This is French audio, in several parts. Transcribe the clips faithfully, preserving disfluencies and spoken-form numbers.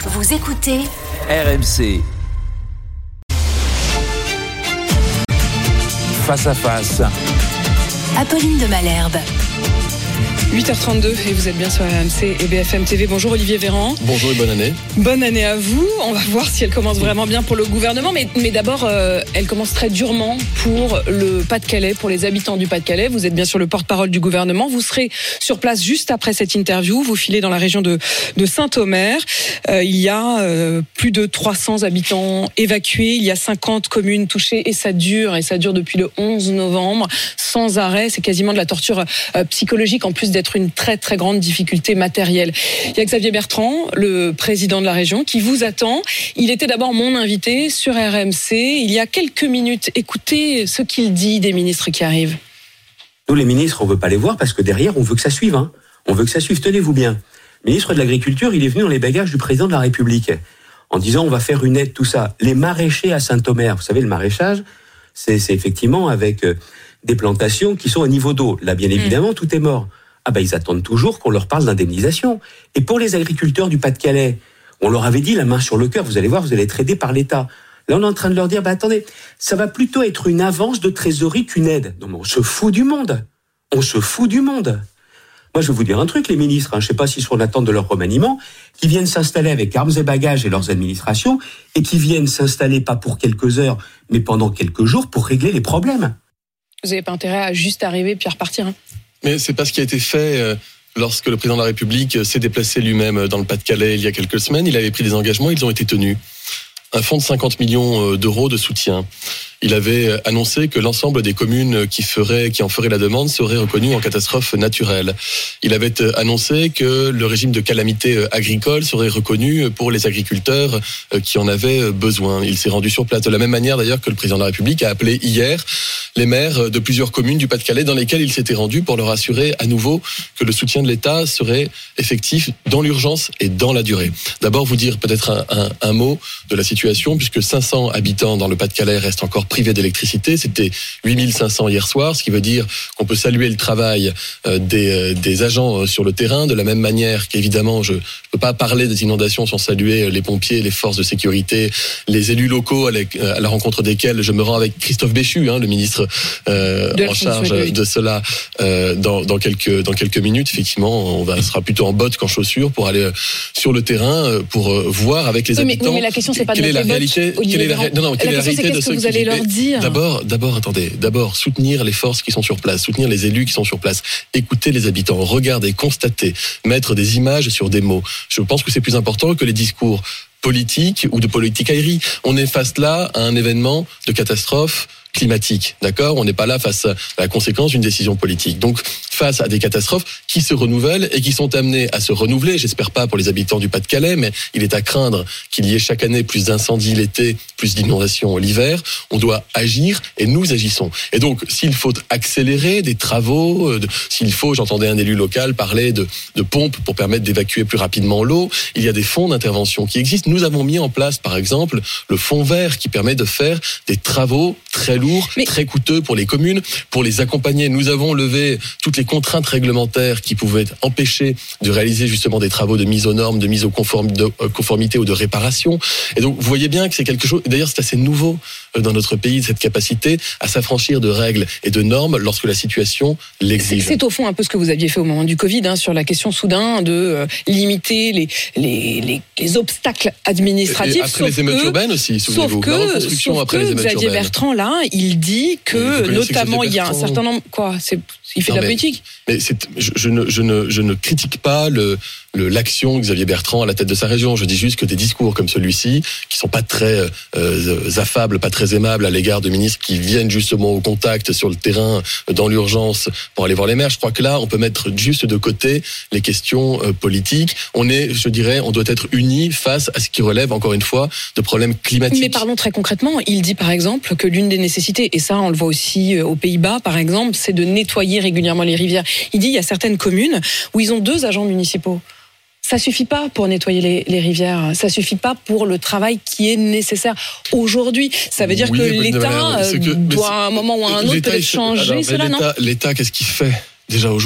Vous écoutez R M C. Face à face. Apolline de Malherbe. huit heures trente-deux et vous êtes bien sur R M C et B F M T V. Bonjour Olivier Véran. Bonjour et bonne année. Bonne année à vous. On va voir si elle commence vraiment bien pour le gouvernement. Mais, mais d'abord, euh, elle commence très durement pour le Pas-de-Calais, pour les habitants du Pas-de-Calais. Vous êtes bien sûr le porte-parole du gouvernement. Vous serez sur place juste après cette interview. Vous filez dans la région de, de Saint-Omer. Euh, il y a euh, plus de trois cents habitants évacués. Il y a cinquante communes touchées et ça dure. Et ça dure depuis le onze novembre sans arrêt. C'est quasiment de la torture euh, psychologique en plus d'être être une très très grande difficulté matérielle. Il y a Xavier Bertrand, le président de la région, qui vous attend. Il était d'abord mon invité sur R M C. Il y a quelques minutes, écoutez ce qu'il dit des ministres qui arrivent. Nous, les ministres, on veut pas les voir parce que derrière, on veut que ça suive. Hein. On veut que ça suive. Tenez-vous bien. Le ministre de l'Agriculture, il est venu dans les bagages du président de la République en disant on va faire une aide, tout ça. Les maraîchers à Saint-Omer, vous savez, le maraîchage, c'est, c'est effectivement avec euh, des plantations qui sont au niveau d'eau. Là, bien évidemment, mmh. tout est mort. Ah ben ils attendent toujours qu'on leur parle d'indemnisation. Et pour les agriculteurs du Pas-de-Calais, on leur avait dit la main sur le cœur, vous allez voir, vous allez être aidés par l'État. Là, on est en train de leur dire, bah attendez, ça va plutôt être une avance de trésorerie qu'une aide. Non mais on se fout du monde. On se fout du monde. Moi, je vais vous dire un truc, les ministres, hein, je ne sais pas s'ils sont en attente de leur remaniement, qui viennent s'installer avec armes et bagages et leurs administrations, et qui viennent s'installer pas pour quelques heures, mais pendant quelques jours pour régler les problèmes. Vous n'avez pas intérêt à juste arriver puis à repartir, hein. Mais c'est pas ce qui a été fait lorsque le président de la République s'est déplacé lui-même dans le Pas-de-Calais il y a quelques semaines. Il avait pris des engagements, ils ont été tenus. Un fonds de cinquante millions d'euros de soutien. Il avait annoncé que l'ensemble des communes qui feraient, qui en feraient la demande seraient reconnues en catastrophe naturelle. Il avait annoncé que le régime de calamité agricole serait reconnu pour les agriculteurs qui en avaient besoin. Il s'est rendu sur place de la même manière d'ailleurs que le président de la République a appelé hier les maires de plusieurs communes du Pas-de-Calais dans lesquelles il s'était rendu pour leur assurer à nouveau que le soutien de l'État serait effectif dans l'urgence et dans la durée. D'abord vous dire peut-être un, un, un mot de la situation puisque cinq cents habitants dans le Pas-de-Calais restent encore privés d'électricité. C'était huit mille cinq cents hier soir, ce qui veut dire qu'on peut saluer le travail des, des agents sur le terrain, de la même manière qu'évidemment, je ne peux pas parler des inondations sans saluer les pompiers, les forces de sécurité, les élus locaux à la, à la rencontre desquels je me rends avec Christophe Béchu, hein, le ministre euh, en charge de cela, euh, dans, dans, quelques, dans quelques minutes. Effectivement, on va, sera plutôt en bottes qu'en chaussures pour aller sur le terrain, pour voir avec les oui, mais, habitants. Oui, mais la question, c'est pas de quelle est la bottes, réalité, quelle est la, non, non, quelle la est la question, réalité c'est de qu'est-ce ceux que vous qui allez leur dire. D'abord, d'abord, attendez, d'abord, soutenir les forces qui sont sur place, soutenir les élus qui sont sur place, écouter les habitants, regarder, constater, mettre des images sur des mots. Je pense que c'est plus important que les discours politiques ou de politicaillerie. On est face là à un événement de catastrophe climatique, d'accord ? On n'est pas là face à la conséquence d'une décision politique. Donc, face à des catastrophes qui se renouvellent et qui sont amenées à se renouveler, j'espère pas pour les habitants du Pas-de-Calais, mais il est à craindre qu'il y ait chaque année plus d'incendies l'été, plus d'inondations l'hiver. On doit agir et nous agissons. Et donc, s'il faut accélérer des travaux, de, s'il faut, j'entendais un élu local parler de, de pompes pour permettre d'évacuer plus rapidement l'eau, il y a des fonds d'intervention qui existent. Nous avons mis en place, par exemple, le fonds vert qui permet de faire des travaux très lourds, Mais... très coûteux pour les communes, pour les accompagner. Nous avons levé toutes les contraintes réglementaires qui pouvaient empêcher de réaliser justement des travaux de mise aux normes, de mise aux conform... de conformité ou de réparation. Et donc, vous voyez bien que c'est quelque chose, d'ailleurs c'est assez nouveau dans notre pays, cette capacité à s'affranchir de règles et de normes lorsque la situation l'exige. C'est, c'est au fond un peu ce que vous aviez fait au moment du Covid, hein, sur la question soudain de euh, limiter les, les, les, les obstacles administratifs. Et après les émeutes que, urbaines aussi, souvenez-vous. Sauf que, la reconstruction sauf après que les émeutes Xavier urbaines. Bertrand, là, il dit que, notamment, il y a un certain nombre... Quoi c'est, Il fait non, de la mais, politique mais c'est, je, je, ne, je, ne, je ne critique pas le, le, l'action de Xavier Bertrand à la tête de sa région. Je dis juste que des discours comme celui-ci, qui sont pas très euh, affables, pas très aimables à l'égard de ministres qui viennent justement au contact sur le terrain, dans l'urgence, pour aller voir les maires, je crois que là, on peut mettre juste de côté les questions euh, politiques. On est, je dirais, on doit être unis face à ce qui relève, encore une fois, de problèmes climatiques. Mais parlons très concrètement. Il dit, par exemple, que l'une des nécessités, et ça, on le voit aussi aux Pays-Bas, par exemple, c'est de nettoyer régulièrement les rivières. Il dit, il y a certaines communes où ils ont deux agents municipaux. Ça suffit pas pour nettoyer les, les rivières. Ça suffit pas pour le travail qui est nécessaire aujourd'hui. Ça veut dire oui, que l'État que, doit à un moment ou à un autre peut-être changer alors, cela, l'État, non ? L'État, qu'est-ce qu'il fait déjà aujourd'hui ?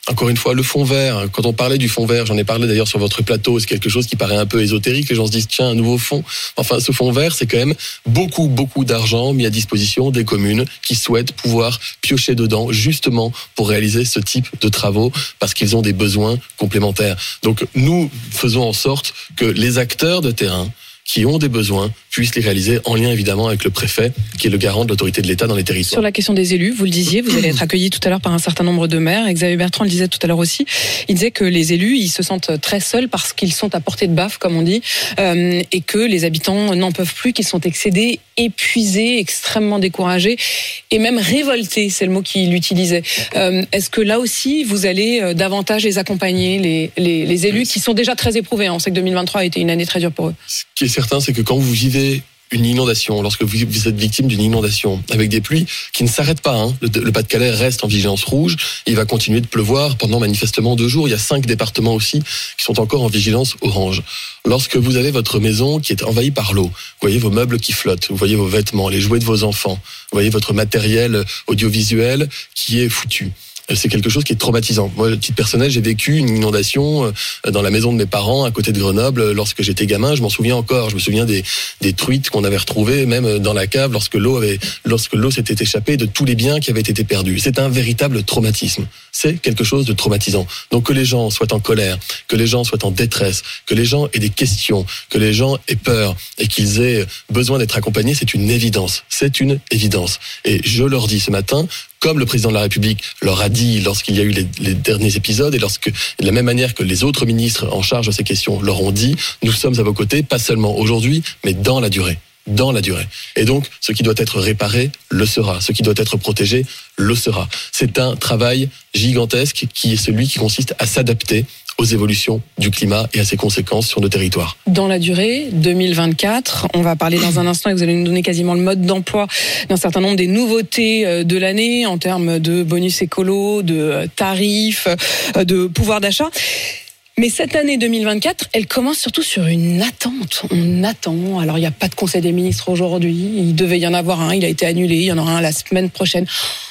Encore une fois, le fonds vert, quand on parlait du fonds vert, j'en ai parlé d'ailleurs sur votre plateau, c'est quelque chose qui paraît un peu ésotérique, les gens se disent tiens, un nouveau fonds. Enfin, ce fonds vert, c'est quand même beaucoup, beaucoup d'argent mis à disposition des communes qui souhaitent pouvoir piocher dedans, justement pour réaliser ce type de travaux, parce qu'ils ont des besoins complémentaires. Donc nous faisons en sorte que les acteurs de terrain qui ont des besoins puissent les réaliser en lien évidemment avec le préfet, qui est le garant de l'autorité de l'État dans les territoires. Sur la question des élus, vous le disiez, vous allez être accueillis tout à l'heure par un certain nombre de maires. Xavier Bertrand le disait tout à l'heure aussi. Il disait que les élus, ils se sentent très seuls parce qu'ils sont à portée de baffe, comme on dit, euh, et que les habitants n'en peuvent plus, qu'ils sont excédés, épuisés, extrêmement découragés et même révoltés, c'est le mot qu'il utilisait. Euh, est-ce que là aussi, vous allez davantage les accompagner, les, les, les élus qui sont déjà très éprouvés? On sait que deux mille vingt-trois a été une année très dure pour eux. Ce qui est certain, c'est que quand vous vivez une inondation, lorsque vous, vous êtes victime d'une inondation, avec des pluies qui ne s'arrêtent pas, hein. le, le Pas-de-Calais reste en vigilance rouge, il va continuer de pleuvoir pendant manifestement deux jours, il y a cinq départements aussi qui sont encore en vigilance orange. Lorsque vous avez votre maison qui est envahie par l'eau, vous voyez vos meubles qui flottent, vous voyez vos vêtements, les jouets de vos enfants, vous voyez votre matériel audiovisuel qui est foutu. C'est quelque chose qui est traumatisant. Moi, à titre personnel, j'ai vécu une inondation dans la maison de mes parents à côté de Grenoble lorsque j'étais gamin. Je m'en souviens encore. Je me souviens des, des truites qu'on avait retrouvées même dans la cave lorsque l'eau avait, lorsque l'eau s'était échappée, de tous les biens qui avaient été perdus. C'est un véritable traumatisme. C'est quelque chose de traumatisant. Donc que les gens soient en colère, que les gens soient en détresse, que les gens aient des questions, que les gens aient peur et qu'ils aient besoin d'être accompagnés, c'est une évidence. C'est une évidence. Et je leur dis ce matin, comme le président de la République leur a dit lorsqu'il y a eu les, les derniers épisodes et lorsque, de la même manière que les autres ministres en charge de ces questions leur ont dit, nous sommes à vos côtés, pas seulement aujourd'hui, mais dans la durée. Dans la durée. Et donc, ce qui doit être réparé, le sera. Ce qui doit être protégé, le sera. C'est un travail gigantesque qui est celui qui consiste à s'adapter aux évolutions du climat et à ses conséquences sur nos territoires. Dans la durée, deux mille vingt-quatre, on va parler dans un instant et vous allez nous donner quasiment le mode d'emploi d'un certain nombre des nouveautés de l'année en termes de bonus écolo, de tarifs, de pouvoir d'achat. Mais cette année deux mille vingt-quatre, elle commence surtout sur une attente. On attend. Alors, il n'y a pas de Conseil des ministres aujourd'hui. Il devait y en avoir un. Il a été annulé. Il y en aura un la semaine prochaine.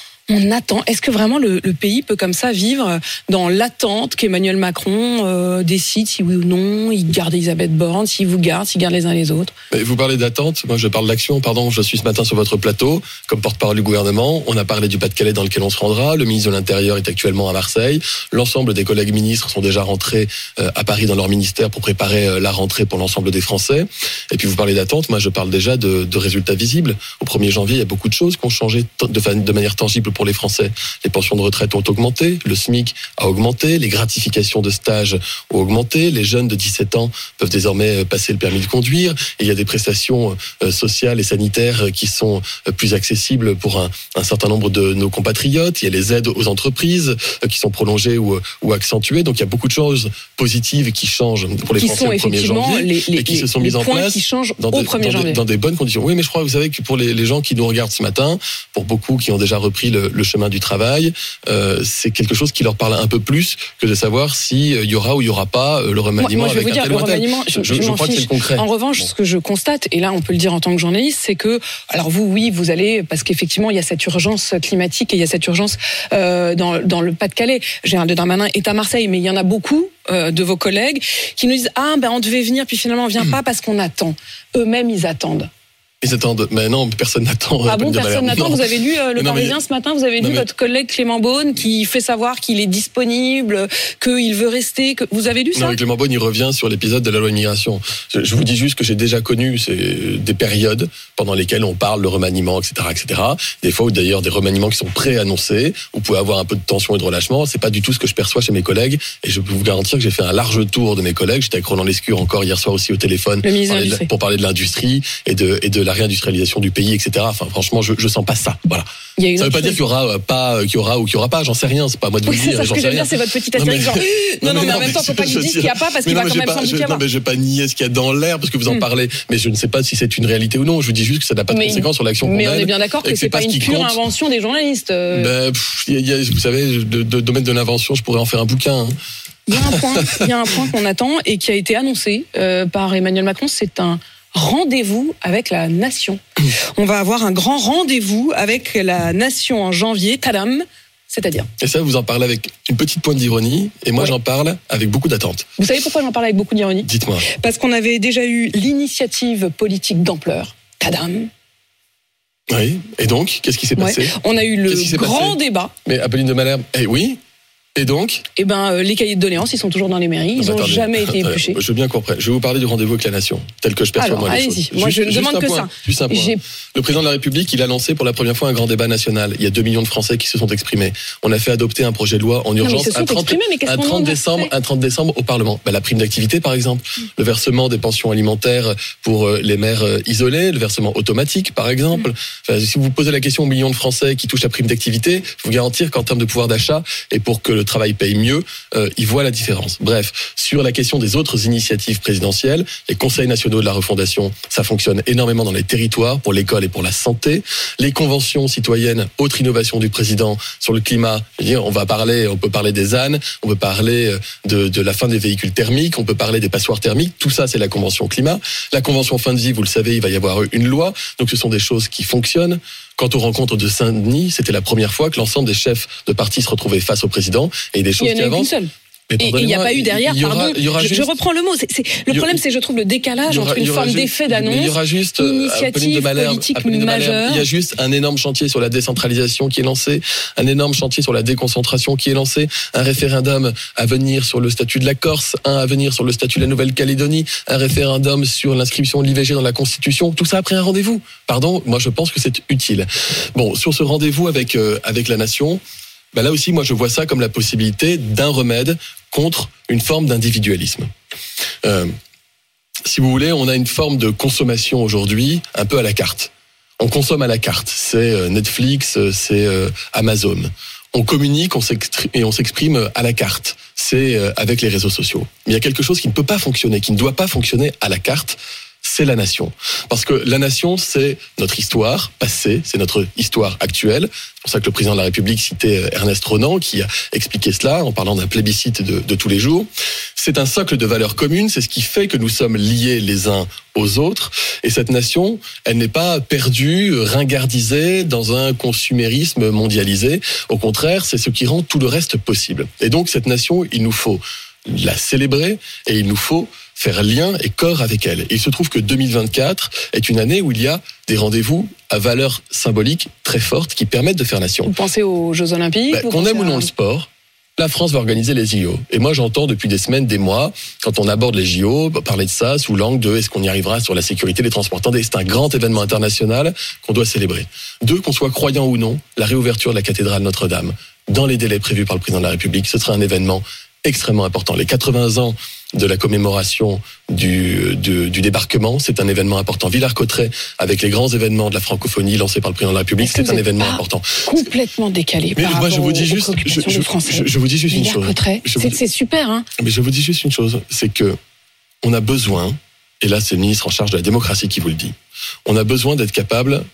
On attend. Est-ce que vraiment le, le pays peut comme ça vivre dans l'attente qu'Emmanuel Macron euh, décide si oui ou non il garde Elisabeth Borne, s'il vous garde, s'il garde les uns les autres? Vous parlez d'attente, moi je parle d'action. Pardon, je suis ce matin sur votre plateau comme porte-parole du gouvernement. On a parlé du Pas-de-Calais dans lequel on se rendra. Le ministre de l'Intérieur est actuellement à Marseille. L'ensemble des collègues ministres sont déjà rentrés euh, à Paris dans leur ministère pour préparer euh, la rentrée pour l'ensemble des Français. Et puis vous parlez d'attente, moi je parle déjà de, de résultats visibles. Au premier janvier, il y a beaucoup de choses qui ont changé de, de manière tangible pour les Français. Les pensions de retraite ont augmenté, le SMIC a augmenté, les gratifications de stage ont augmenté, les jeunes de dix-sept ans peuvent désormais passer le permis de conduire, et il y a des prestations sociales et sanitaires qui sont plus accessibles pour un, un certain nombre de nos compatriotes. Il y a les aides aux entreprises qui sont prolongées ou, ou accentuées. Donc il y a beaucoup de choses positives qui changent pour les qui Français sont au premier janvier les, les, et qui se sont les mises en points place qui changent dans, au des, premier dans, janvier. des, dans des bonnes conditions. Oui, mais je crois, vous savez, que pour les, les gens qui nous regardent ce matin, pour beaucoup qui ont déjà repris le, le chemin du travail, euh, c'est quelque chose qui leur parle un peu plus que de savoir s'il euh, y aura ou il y aura pas euh, le remaniement. Moi, moi je vais avec vous un dire, tel le ou un tel. remaniement, je, je, je, je m'en crois fiche. que c'est le concret. En revanche, bon. Ce que je constate, et là on peut le dire en tant que journaliste, c'est que, alors vous, oui, vous allez, parce qu'effectivement il y a cette urgence climatique et il y a cette urgence euh, dans, dans le Pas-de-Calais. Gérald Darmanin est à Marseille, mais il y en a beaucoup euh, de vos collègues qui nous disent « Ah, ben on devait venir, puis finalement on vient pas parce qu'on attend. » Eux-mêmes, ils attendent. Ils attendent. Mais non, personne n'attend. Ah bon, personne n'attend. Vous avez lu euh, Le non, Parisien mais... ce matin, vous avez lu mais... votre collègue Clément Beaune qui fait savoir qu'il est disponible, qu'il veut rester. Que... Vous avez lu ça? Non, Clément Beaune, il revient sur l'épisode de la loi immigration. Je, je vous dis juste que j'ai déjà connu c'est, des périodes pendant lesquelles on parle de remaniement, et cetera, et cetera. Des fois, ou d'ailleurs des remaniements qui sont pré-annoncés. Vous pouvez avoir un peu de tension et de relâchement. C'est pas du tout ce que je perçois chez mes collègues. Et je peux vous garantir que j'ai fait un large tour de mes collègues. J'étais avec Roland Lescure encore hier soir aussi au téléphone de pour parler de l'industrie et de, et de la réindustrialisation du pays, et cetera. Enfin, franchement, je, je sens pas ça. Voilà. Ça veut pas chose. dire qu'il y aura pas, qu'il y aura ou qu'il y aura pas. J'en sais rien. C'est pas à moi de oui, vous le dire. C'est ça, ce que je veux dire, c'est votre petit astérix. Non, mais, non, non, mais, mais en même temps, faut pas qu'ils disent qu'il y a pas parce qu'il va quand même sans doute y avoir. Non, mais j'ai pas nié ce qu'il y a dans l'air parce que vous en parlez. Mais je ne sais pas si c'est une réalité ou non. Je vous dis juste que ça n'a pas de conséquences sur l'action qu'on mène. Mais on est bien d'accord que c'est pas une pure invention des journalistes. Vous savez, le domaine de l'invention, je pourrais en faire un bouquin. Il y a un point, il y a un point qu'on attend et qui a été annoncé euh, par Emmanuel Macron, c'est un rendez-vous avec la nation. On va avoir un grand rendez-vous avec la nation en janvier. Tadam, C'est-à-dire ? Et ça, vous en parlez avec une petite pointe d'ironie, et moi, Ouais. j'en parle avec beaucoup d'attente. Vous savez pourquoi j'en parle avec beaucoup d'ironie ? Dites-moi. Parce qu'on avait déjà eu l'initiative politique d'ampleur, Tadam. Oui. Et donc, qu'est-ce qui s'est Ouais. passé ? On a eu le Qu'est-ce qui s'est grand passé débat. Mais Apolline de Malherbe, eh oui. Et donc Eh ben, euh, les cahiers de doléances, ils sont toujours dans les mairies. Ils Ah bah n'ont attendez. jamais été Attendez, épluchés. Je veux bien comprendre. Je vais vous parler du rendez-vous avec la nation, tel que je perçois Alors, moi les allez-y. choses. Moi, je ne Juste- demande juste un que point, ça. Juste un point. J'ai- Le président de la République, il a lancé pour la première fois un grand débat national. Il y a deux millions de Français qui se sont exprimés. On a fait adopter un projet de loi en mais ils urgence se sont un trente, exprimés, mais qu'est-ce un qu'on en trente a décembre, fait un trente décembre au Parlement. Ben, la prime d'activité, par exemple, le versement des pensions alimentaires pour euh, les mères euh, isolées, le versement automatique, par exemple. Enfin, si vous posez la question aux millions de Français qui touchent la prime d'activité, je vous garantir qu'en termes de pouvoir d'achat et pour que le travail paye mieux, euh, ils voient la différence. Bref, sur la question des autres initiatives présidentielles, les conseils nationaux de la refondation, ça fonctionne énormément dans les territoires pour l'école et pour la santé. Les conventions citoyennes, autre innovation du président sur le climat. Je veux dire, on va parler, on peut parler des ânes, on peut parler de, de la fin des véhicules thermiques, on peut parler des passoires thermiques. Tout ça, c'est la convention climat. La convention fin de vie, vous le savez, il va y avoir une loi. Donc, ce sont des choses qui fonctionnent. Quant aux rencontres de Saint-Denis, c'était la première fois que l'ensemble des chefs de parti se retrouvaient face au président et des Il choses n'y en qui a eu qu'une avancent. seule. Mais Et il n'y a pardonnez-moi, pas eu derrière, il y aura- pardon, il y aura je, juste- je reprends le mot. C'est, c'est, le il y- problème, c'est, je trouve, le décalage il y aura- entre il une y aura forme juste- d'effet mais d'annonce, il y aura juste, euh, Apolline de initiative Malherbe, politique Apolline de Malherbe, majeure. il y a juste un énorme chantier sur la décentralisation qui est lancé, un énorme chantier sur la déconcentration qui est lancé, un référendum à venir sur le statut de la Corse, un à venir sur le statut de la Nouvelle-Calédonie, un référendum sur l'inscription de l'I V G dans la Constitution. Tout ça après un rendez-vous. Pardon, moi je pense que c'est utile. Bon, sur ce rendez-vous avec euh, avec la nation, ben là aussi, moi je vois ça comme la possibilité d'un remède contre une forme d'individualisme. Euh, si vous voulez, on a une forme de consommation aujourd'hui un peu à la carte. On consomme à la carte. C'est Netflix, c'est Amazon. On communique on s'exprime, et on s'exprime à la carte. C'est avec les réseaux sociaux. Mais il y a quelque chose qui ne peut pas fonctionner, qui ne doit pas fonctionner à la carte. C'est la nation. Parce que la nation, c'est notre histoire passée, c'est notre histoire actuelle. C'est pour ça que le président de la République citait Ernest Renan, qui a expliqué cela en parlant d'un plébiscite de, de tous les jours. C'est un socle de valeurs communes, c'est ce qui fait que nous sommes liés les uns aux autres. Et cette nation, elle n'est pas perdue, ringardisée dans un consumérisme mondialisé. Au contraire, c'est ce qui rend tout le reste possible. Et donc, cette nation, il nous faut la célébrer et il nous faut faire lien et corps avec elle. Et il se trouve que deux mille vingt-quatre est une année où il y a des rendez-vous à valeur symbolique très forte qui permettent de faire nation. Vous pensez aux Jeux Olympiques Ben, vous qu'on pensez aime ou non à- le sport, la France va organiser les J O. Et moi, j'entends depuis des semaines, des mois, quand on aborde les J O, parler de ça sous l'angle de est-ce qu'on y arrivera sur la sécurité des transports. Attendez, c'est un grand événement international qu'on doit célébrer. Deux, qu'on soit croyant ou non, la réouverture de la cathédrale Notre-Dame, dans les délais prévus par le président de la République, ce sera un événement extrêmement important. Les quatre-vingts ans de la commémoration du, du, du débarquement, c'est un événement important. Villars-Cotterêts, avec les grands événements de la francophonie lancés par le président de la République, Est-ce que c'est vous un êtes événement pas important. complètement décalé Mais par moi, je rapport vous dis aux juste, préoccupations je, des je- Français. je- je vous dis juste une chose. Villars-Cotterêts, Je vous c'est, dis- c'est super, hein. Mais je vous dis juste une chose, c'est que on a besoin, et là c'est le ministre en charge de la démocratie qui vous le dit, on a besoin d'être capable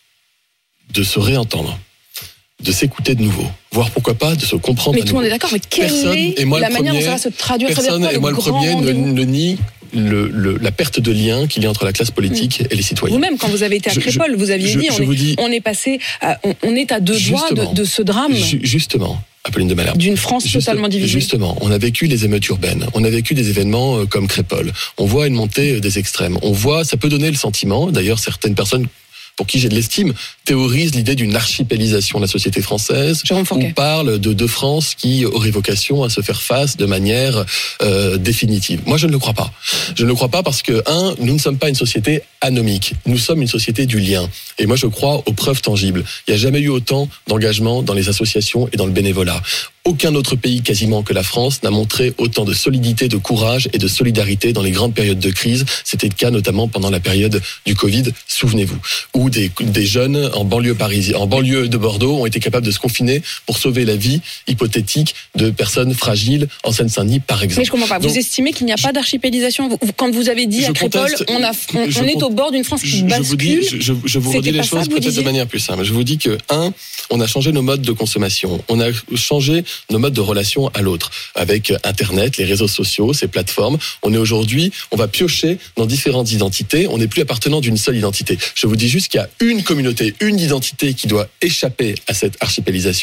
de se réentendre, de s'écouter de nouveau, voire pourquoi pas de se comprendre Mais à tout le monde nouveau. est d'accord, mais quelle Personne, est et moi la le manière dont premier, ça va se traduire Ça veut dire Personne, quoi, et moi le grand premier, ne, rendez-vous ne nie le, le, la perte de lien qu'il y a entre la classe politique et les citoyens. Vous-même, quand vous avez été à Je- Crépol, vous aviez je- dit, je on, vous est, dis- on est passé, à, on, on est à deux doigts Justement. de, de ce drame Ju- Justement, Apolline de Malherbe. d'une France Juste- totalement divisée. Justement, on a vécu les émeutes urbaines, on a vécu des événements euh, comme Crépol, on voit une montée euh, des extrêmes, on voit, ça peut donner le sentiment, d'ailleurs certaines personnes pour qui j'ai de l'estime, théorisent l'idée d'une archipélisation de la société française. Jérôme Fourquet. On parle de deux France qui aurait vocation à se faire face de manière euh, définitive. Moi, je ne le crois pas. Je ne le crois pas parce que, un, nous ne sommes pas une société anomique. Nous sommes une société du lien. Et moi, je crois aux preuves tangibles. Il n'y a jamais eu autant d'engagement dans les associations et dans le bénévolat. Aucun autre pays quasiment que la France n'a montré autant de solidité, de courage et de solidarité dans les grandes périodes de crise. C'était le cas notamment pendant la période du Covid, souvenez-vous, où des, des jeunes en banlieue parisienne, en banlieue de Bordeaux ont été capables de se confiner pour sauver la vie hypothétique de personnes fragiles en Seine-Saint-Denis, par exemple. Mais je comprends pas. Donc, vous estimez qu'il n'y a pas d'archipélisation Vous- vous- Quand vous avez dit je à Crépol, conteste- on, a, on, je on est con- au bord d'une France qui Je, je vous bascule. dis, je, je- je vous C'était redis les pas ça choses que vous peut-être de disiez manière plus simple. Je vous dis que, un, on a changé nos modes de consommation. On a changé nos modes de relation à l'autre. Avec Internet, les réseaux sociaux, ces plateformes. On est aujourd'hui, on va piocher dans différentes identités. On n'est plus appartenant d'une seule identité. Je vous dis juste qu'il y a une communauté, une identité qui doit échapper à cette archipélisation.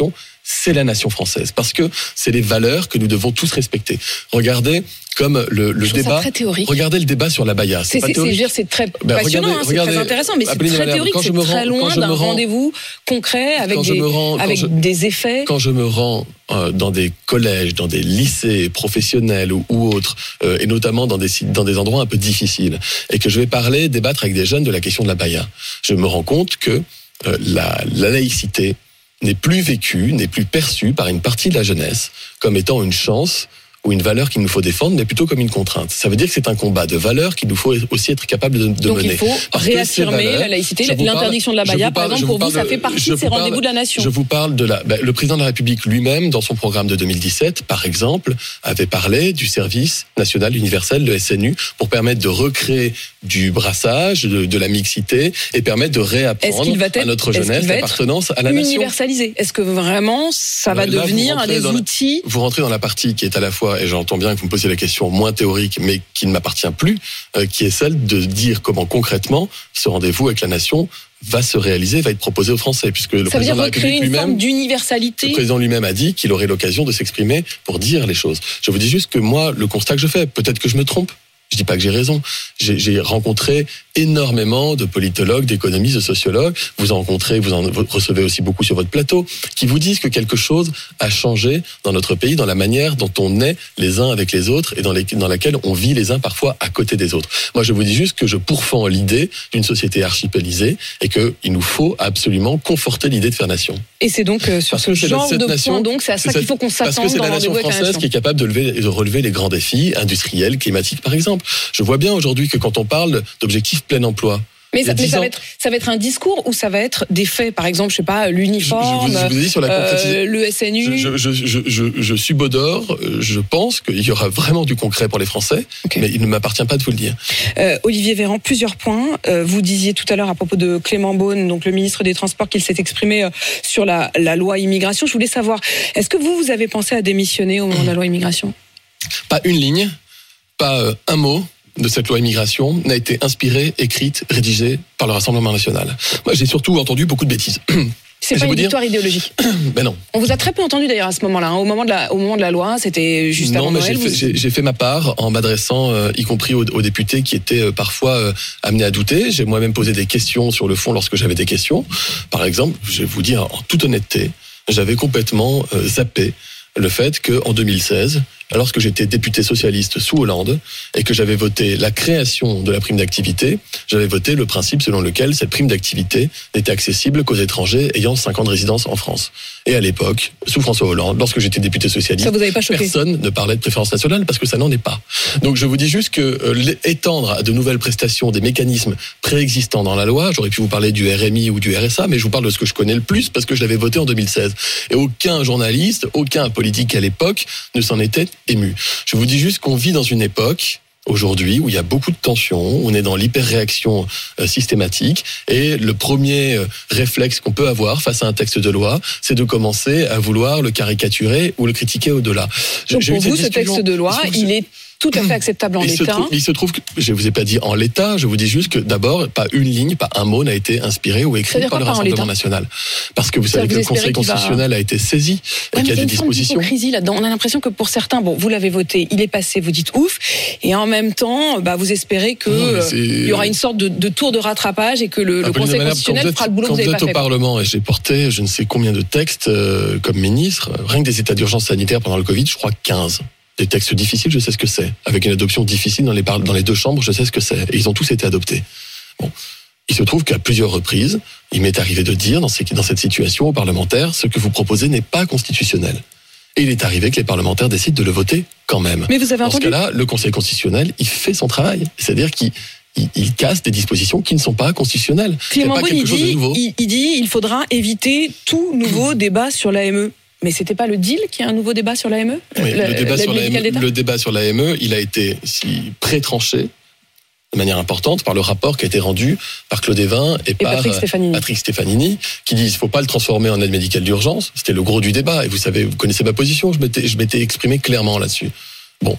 c'est la nation française, parce que c'est les valeurs que nous devons tous respecter. Regardez comme le, le débat. Très théorique. Regardez le débat sur l'abaya. C'est, c'est, c'est, c'est, c'est très ben, passionnant, regardez, hein, c'est regardez, très intéressant, mais c'est très Malherbe, théorique, c'est très rends, loin d'un rends, rendez-vous concret avec, des, rends, avec je, des effets. Quand je me rends euh, dans des collèges, dans des lycées professionnels ou, ou autres, euh, et notamment dans des, dans des endroits un peu difficiles, et que je vais parler, débattre avec des jeunes de la question de l'abaya, je me rends compte que euh, la, la laïcité n'est plus vécue, n'est plus perçue par une partie de la jeunesse comme étant une chance ou une valeur qu'il nous faut défendre, mais plutôt comme une contrainte. Ça veut dire que c'est un combat de valeurs qu'il nous faut aussi être capable de, de Donc mener. Donc il faut Parce réaffirmer valeurs, la laïcité, l'interdiction de l'abaya, par exemple, pour vous, ça fait partie de ces parle, rendez-vous de la nation. Je vous parle de la... Ben, le président de la République lui-même, dans son programme de deux mille dix-sept, par exemple, avait parlé du service national universel, le S N U, pour permettre de recréer du brassage, de, de la mixité, et permettre de réapprendre à notre jeunesse l'appartenance à la nation. Universalisé. Est-ce que vraiment ça va Là, devenir un des outils la, Vous rentrez dans la partie qui est à la fois, et j'entends bien que vous me posez la question moins théorique, mais qui ne m'appartient plus, euh, qui est celle de dire comment concrètement ce rendez-vous avec la nation va se réaliser, va être proposé aux Français, puisque le ça président de la République lui-même, forme d'universalité. Le président lui-même a dit qu'il aurait l'occasion de s'exprimer pour dire les choses. Je vous dis juste que moi, le constat que je fais, peut-être que je me trompe. Je dis pas que j'ai raison. J'ai, j'ai rencontré énormément de politologues, d'économistes, de sociologues. Vous en rencontrez, vous en recevez aussi beaucoup sur votre plateau, qui vous disent que quelque chose a changé dans notre pays, dans la manière dont on est les uns avec les autres et dans, les, dans laquelle on vit les uns parfois à côté des autres. Moi, je vous dis juste que je pourfends l'idée d'une société archipélisée et qu'il nous faut absolument conforter l'idée de faire nation. Et c'est donc euh, sur parce ce genre de nation, point, donc c'est à ça qu'il faut qu'on s'attende dans Parce que c'est la nation française qui est capable de, lever, de relever les grands défis industriels, climatiques, par exemple. Je vois bien aujourd'hui que quand on parle d'objectifs plein emploi, mais, ça, mais ça, va être, ça va être un discours ou ça va être des faits, par exemple, je sais pas, l'uniforme, je, je vous, je vous dis sur la euh, le S N U. Je, je, je, je, je subodore, je pense qu'il y aura vraiment du concret pour les Français, okay. Mais il ne m'appartient pas de vous le dire. Euh, Olivier Véran, plusieurs points. Euh, vous disiez tout à l'heure à propos de Clément Beaune, donc le ministre des Transports, qu'il s'est exprimé euh, sur la, la loi immigration. Je voulais savoir, est-ce que vous, vous avez pensé à démissionner au moment de la loi immigration ? Pas une ligne, pas euh, un mot de cette loi immigration n'a été inspirée, écrite, rédigée par le Rassemblement national. Moi, j'ai surtout entendu beaucoup de bêtises. C'est pas une victoire dire... idéologique. Ben non. On vous a très peu entendu d'ailleurs à ce moment-là. Hein. Au moment de la, au moment de la loi, c'était juste non, avant mais Noël. J'ai, vous... fait, j'ai, j'ai fait ma part en m'adressant, euh, y compris aux, aux députés qui étaient euh, parfois euh, amenés à douter. J'ai moi-même posé des questions sur le fond lorsque j'avais des questions. Par exemple, je vais vous dire en toute honnêteté, j'avais complètement euh, zappé le fait qu'en deux mille seize, lorsque j'étais député socialiste sous Hollande et que j'avais voté la création de la prime d'activité, j'avais voté le principe selon lequel cette prime d'activité n'était accessible qu'aux étrangers ayant cinq ans de résidence en France. Et à l'époque, sous François Hollande, lorsque j'étais député socialiste, ça vous avait pas choqué. Personne ne parlait de préférence nationale parce que ça n'en est pas. Donc je vous dis juste que euh, étendre à de nouvelles prestations des mécanismes préexistants dans la loi, j'aurais pu vous parler du R M I ou du R S A, mais je vous parle de ce que je connais le plus parce que je l'avais voté en deux mille seize. Et aucun journaliste, aucun politique à l'époque ne s'en était ému. Je vous dis juste qu'on vit dans une époque aujourd'hui où il y a beaucoup de tensions, où on est dans l'hyper-réaction euh, systématique et le premier euh, réflexe qu'on peut avoir face à un texte de loi, c'est de commencer à vouloir le caricaturer ou le critiquer au-delà. Donc J'ai pour vous, ce texte de loi, il est tout à fait acceptable en il l'état. Se trouve, il se trouve que, je ne vous ai pas dit en l'état, je vous dis juste que d'abord, pas une ligne, pas un mot n'a été inspiré ou écrit par le Rassemblement national. Parce que vous savez que le Conseil constitutionnel a été saisi ouais, et qu'il y a des dispositions. Là-dedans. On a l'impression que pour certains, bon, vous l'avez voté, il est passé, vous dites ouf, et en même temps, bah, vous espérez qu'il euh, y aura une sorte de, de tour de rattrapage et que le, le Conseil constitutionnel fera le boulot que vous n'avez pas fait. Quand vous êtes au Parlement, et j'ai porté je ne sais combien de textes euh, comme ministre, rien que des états d'urgence sanitaire pendant le Covid, je crois quinze. Des textes difficiles, je sais ce que c'est. Avec une adoption difficile dans les, par... dans les deux chambres, je sais ce que c'est. Et ils ont tous été adoptés. Bon. Il se trouve qu'à plusieurs reprises, il m'est arrivé de dire dans, ces... dans cette situation aux parlementaires, ce que vous proposez n'est pas constitutionnel. Et il est arrivé que les parlementaires décident de le voter quand même. Mais vous avez dans entendu... ce cas-là, le Conseil constitutionnel, il fait son travail. C'est-à-dire qu'il il, il casse des dispositions qui ne sont pas constitutionnelles. Clément Beaune, il, il, il dit il faudra éviter tout nouveau débat sur l'A M E. Mais c'était pas le deal qu'il y a un nouveau débat sur l'A M E ? Oui, le, débat sur l'A M E, le débat sur l'A M E, il a été si pré-tranché de manière importante par le rapport qui a été rendu par Claude Évin et, et par Patrick Stefanini. Patrick Stefanini, qui disent qu'il ne faut pas le transformer en aide médicale d'urgence. C'était le gros du débat. Et vous savez, vous connaissez ma position, je m'étais, je m'étais exprimé clairement là-dessus. Bon,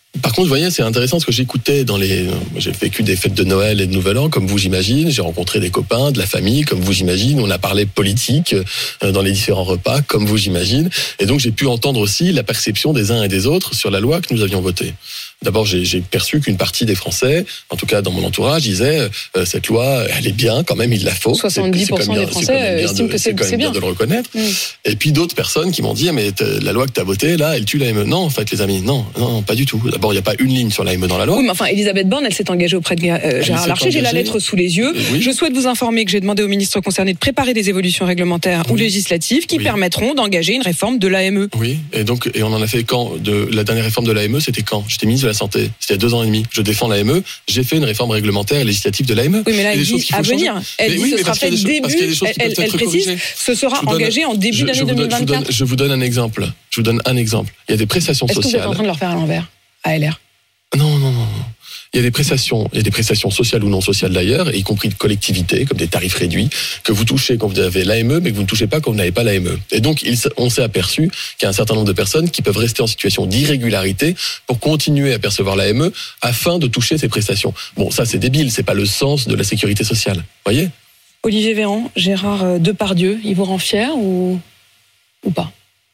Par contre, vous voyez, c'est intéressant ce que j'écoutais dans les... J'ai vécu des fêtes de Noël et de Nouvel An, comme vous, j'imagine. J'ai rencontré des copains, de la famille, comme vous, j'imagine. On a parlé politique dans les différents repas, comme vous, j'imagine. Et donc, j'ai pu entendre aussi la perception des uns et des autres sur la loi que nous avions votée. D'abord, j'ai, j'ai perçu qu'une partie des Français, en tout cas dans mon entourage, disaient euh, cette loi, elle est bien, quand même, il la faut. soixante-dix pour cent des Français estiment que c'est, c'est, c'est bien de le reconnaître. Mm. Et puis d'autres personnes qui m'ont dit, mais la loi que tu as votée, là, elle tue l'A M E. Non, en fait, les amis, non, non, pas du tout. D'abord, il n'y a pas une ligne sur l'A M E dans la loi. Oui, mais enfin, Elisabeth Borne, elle s'est engagée auprès de euh, Gérard Larcher. J'ai la lettre sous les yeux. Oui. Je souhaite vous informer que j'ai demandé au ministre concerné de préparer des évolutions réglementaires oui. ou législatives qui oui. permettront d'engager une réforme de l'A M E. Oui, et donc, et on en a fait quand de la dernière réforme de l'A M E, c'était quand? J'étais ministre de la Santé. C'était il y a deux ans et demi. Je défends l'A M E. J'ai fait une réforme réglementaire et législative de l'A M E. Oui, mais là, elle dit à venir. Elle dit ce sera fait début. Elle, elle précise, ce sera engagé en début d'année deux mille vingt-quatre. Je vous donne un exemple. Je vous donne un exemple. Il y a des prestations sociales. Est-ce que vous êtes en train de leur faire à l'envers, à L R? Non, non, non. Il y a des prestations, il y a des prestations sociales ou non sociales d'ailleurs, y compris de collectivités, comme des tarifs réduits, que vous touchez quand vous avez l'A M E, mais que vous ne touchez pas quand vous n'avez pas l'A M E. Et donc, il, on s'est aperçu qu'il y a un certain nombre de personnes qui peuvent rester en situation d'irrégularité pour continuer à percevoir l'A M E afin de toucher ces prestations. Bon, ça c'est débile, c'est pas le sens de la sécurité sociale. Voyez ? Olivier Véran, Gérard Depardieu, il vous rend fier ou, ou pas ?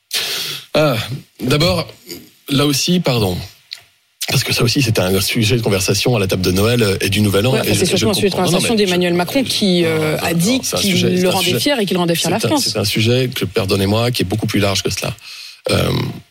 Ah, d'abord, là aussi, pardon. Parce que ça aussi, c'était un sujet de conversation à la table de Noël et du Nouvel An. Ouais, enfin, c'est surtout un sujet de conversation d'Emmanuel je... Macron qui euh, non, a dit non, qu'il sujet, le rendait sujet, fier et qu'il rendait fier la France. Un, c'est un sujet, que, pardonnez-moi, qui est beaucoup plus large que cela. Euh,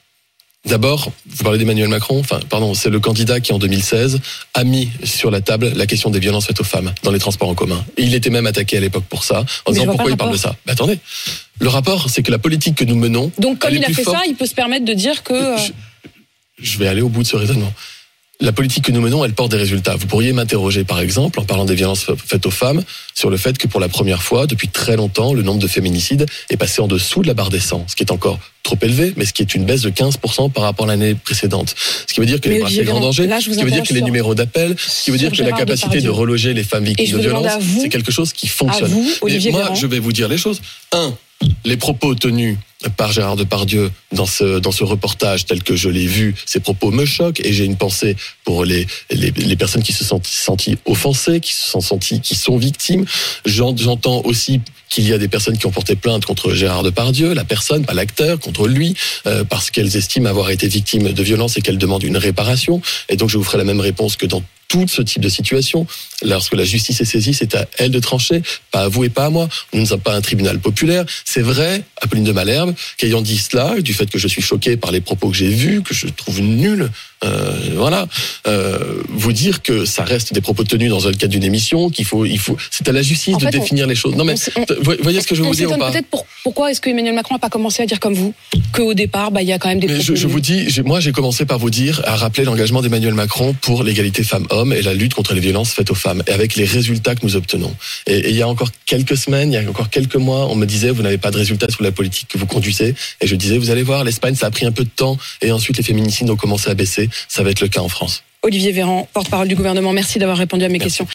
D'abord, vous parlez d'Emmanuel Macron, enfin, pardon, c'est le candidat qui, en deux mille seize, a mis sur la table la question des violences faites aux femmes dans les transports en commun. Et il était même attaqué à l'époque pour ça, en disant pourquoi il parle de ça. Bah, attendez, le rapport, c'est que la politique que nous menons... Donc, comme il a fait forte... ça, il peut se permettre de dire que... Euh... Je, je vais aller au bout de ce raisonnement. La politique que nous menons, elle porte des résultats. Vous pourriez m'interroger, par exemple, en parlant des violences faites aux femmes, sur le fait que pour la première fois, depuis très longtemps, le nombre de féminicides est passé en dessous de la barre des cent, ce qui est encore trop élevé, mais ce qui est une baisse de quinze pour cent par rapport à l'année précédente. Ce qui veut dire que mais les bracelets en danger, ce qui veut dire que les numéros d'appel, ce qui veut dire que la capacité de reloger les femmes victimes de violences, c'est quelque chose qui fonctionne. Vous, Olivier Et moi, Véran. je vais vous dire les choses. Un, les propos tenus par Gérard Depardieu dans ce dans ce reportage tel que je l'ai vu, ces propos me choquent et j'ai une pensée pour les les, les personnes qui se sont senties offensées, qui se sont senties, qui sont victimes. J'entends aussi qu'il y a des personnes qui ont porté plainte contre Gérard Depardieu, la personne, pas l'acteur, contre lui, euh, parce qu'elles estiment avoir été victimes de violences et qu'elles demandent une réparation. Et donc je vous ferai la même réponse que dans tout ce type de situation. Lorsque la justice est saisie, c'est à elle de trancher, pas à vous et pas à moi. Nous ne sommes pas un tribunal populaire. C'est vrai, Apolline de Malherbe, qu'ayant dit cela, du fait que je suis choqué par les propos que j'ai vus, que je trouve nuls, euh, voilà, euh, vous dire que ça reste des propos tenus dans le cadre d'une émission, qu'il faut, il faut, c'est à la justice en de fait, définir on, les choses. Non mais, on, vous voyez ce que je veux vous dire ou pas ? Peut-être pour, pourquoi est-ce que Emmanuel Macron n'a pas commencé à dire comme vous, qu'au départ, bah il y a quand même des. Mais propos je, je vous dis, j'ai, moi j'ai commencé par vous dire, à rappeler l'engagement d'Emmanuel Macron pour l'égalité femmes-hommes et la lutte contre les violences faites aux femmes, et avec les résultats que nous obtenons. Et, et il y a encore quelques semaines, il y a encore quelques mois, on me disait vous n'avez pas de résultats sur la politique que vous conduisez, et je disais vous allez voir, l'Espagne ça a pris un peu de temps, et ensuite les féminicides ont commencé à baisser, ça va être le cas en France. Olivier Véran, porte-parole du gouvernement, merci d'avoir répondu à mes merci. questions.